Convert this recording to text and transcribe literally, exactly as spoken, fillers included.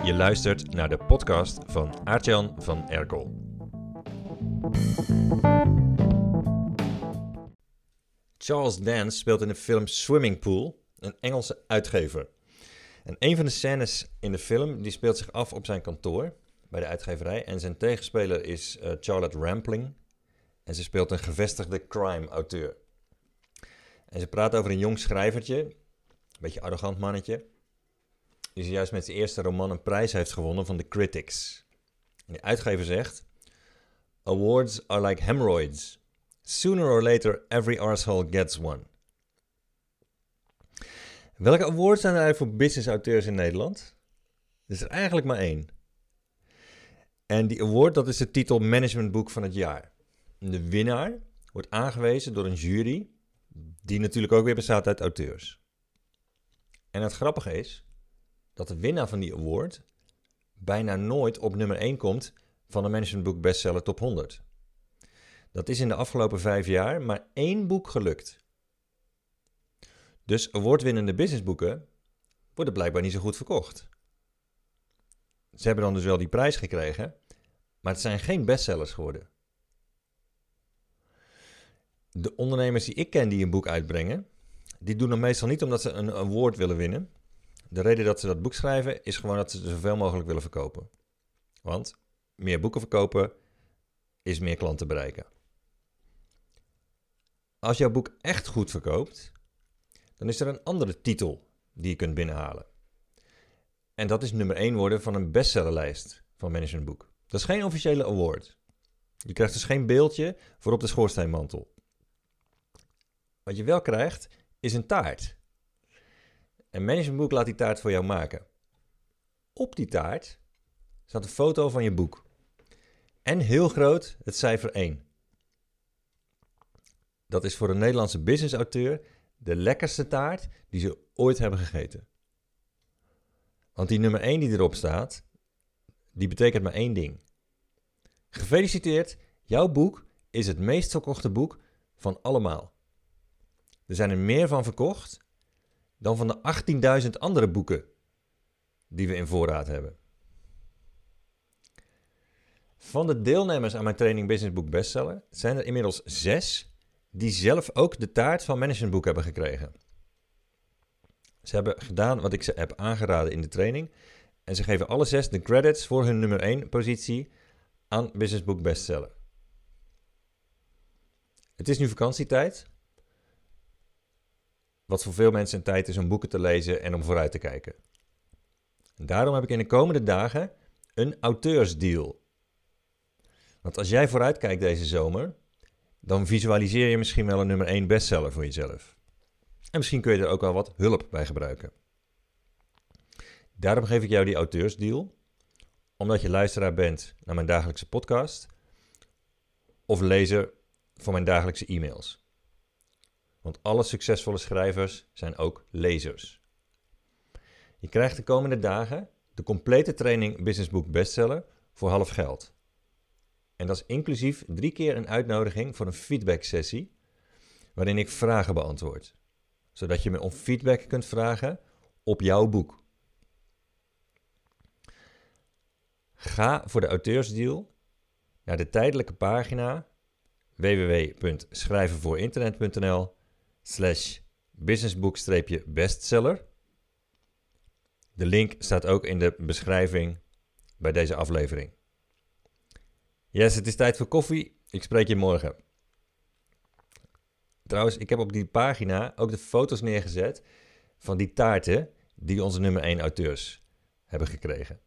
Je luistert naar de podcast van Aart-Jan van Erkel. Charles Dance speelt in de film Swimming Pool, een Engelse uitgever. En een van de scènes in de film die speelt zich af op zijn kantoor bij de uitgeverij. En zijn tegenspeler is uh, Charlotte Rampling. En ze speelt een gevestigde crime-auteur. En ze praat over een jong schrijvertje, een beetje arrogant mannetje, die zojuist met zijn eerste roman een prijs heeft gewonnen van de critics. En de uitgever zegt: Awards are like hemorrhoids. Sooner or later every arsehole gets one. Welke awards zijn er eigenlijk voor business-auteurs in Nederland? Er is er eigenlijk maar één. En die award, dat is de titel Managementboek van het jaar. De winnaar wordt aangewezen door een jury, die natuurlijk ook weer bestaat uit auteurs. En het grappige is dat de winnaar van die award bijna nooit op nummer één komt van de Managementboek Bestseller Top honderd. Dat is in de afgelopen vijf jaar maar één boek gelukt. Dus awardwinnende businessboeken worden blijkbaar niet zo goed verkocht. Ze hebben dan dus wel die prijs gekregen, maar het zijn geen bestsellers geworden. De ondernemers die ik ken die een boek uitbrengen, die doen dat meestal niet omdat ze een award willen winnen. De reden dat ze dat boek schrijven is gewoon dat ze er zoveel mogelijk willen verkopen. Want meer boeken verkopen is meer klanten bereiken. Als jouw boek echt goed verkoopt, dan is er een andere titel die je kunt binnenhalen. En dat is nummer één worden van een bestsellerlijst van Managementboek. Dat is geen officiële award. Je krijgt dus geen beeldje voor op de schoorsteenmantel. Wat je wel krijgt, is een taart. En Managementboek laat die taart voor jou maken. Op die taart staat een foto van je boek. En heel groot het cijfer één. Dat is voor een Nederlandse businessauteur de lekkerste taart die ze ooit hebben gegeten. Want die nummer één die erop staat, die betekent maar één ding. Gefeliciteerd, jouw boek is het meest verkochte boek van allemaal. Er zijn er meer van verkocht dan van de achttienduizend andere boeken die we in voorraad hebben. Van de deelnemers aan mijn training Businessboek Bestseller zijn er inmiddels zes die zelf ook de taart van Managementboek hebben gekregen. Ze hebben gedaan wat ik ze heb aangeraden in de training en ze geven alle zes de credits voor hun nummer één positie aan Businessboek Bestseller. Het is nu vakantietijd, wat voor veel mensen een tijd is om boeken te lezen en om vooruit te kijken. En daarom heb ik in de komende dagen een auteursdeal. Want als jij vooruit kijkt deze zomer, dan visualiseer je misschien wel een nummer één bestseller voor jezelf. En misschien kun je er ook wel wat hulp bij gebruiken. Daarom geef ik jou die auteursdeal, omdat je luisteraar bent naar mijn dagelijkse podcast of lezer voor mijn dagelijkse e-mails. Want alle succesvolle schrijvers zijn ook lezers. Je krijgt de komende dagen de complete training Businessboek Bestseller voor half geld. En dat is inclusief drie keer een uitnodiging voor een feedback sessie, waarin ik vragen beantwoord. Zodat je me om feedback kunt vragen op jouw boek. Ga voor de auteursdeal naar de tijdelijke pagina w w w punt schrijvenvoorinternet punt n l slash businessboek-bestseller. De link staat ook in de beschrijving bij deze aflevering. Yes, het is tijd voor koffie. Ik spreek je morgen. Trouwens, ik heb op die pagina ook de foto's neergezet van die taarten die onze nummer één auteurs hebben gekregen.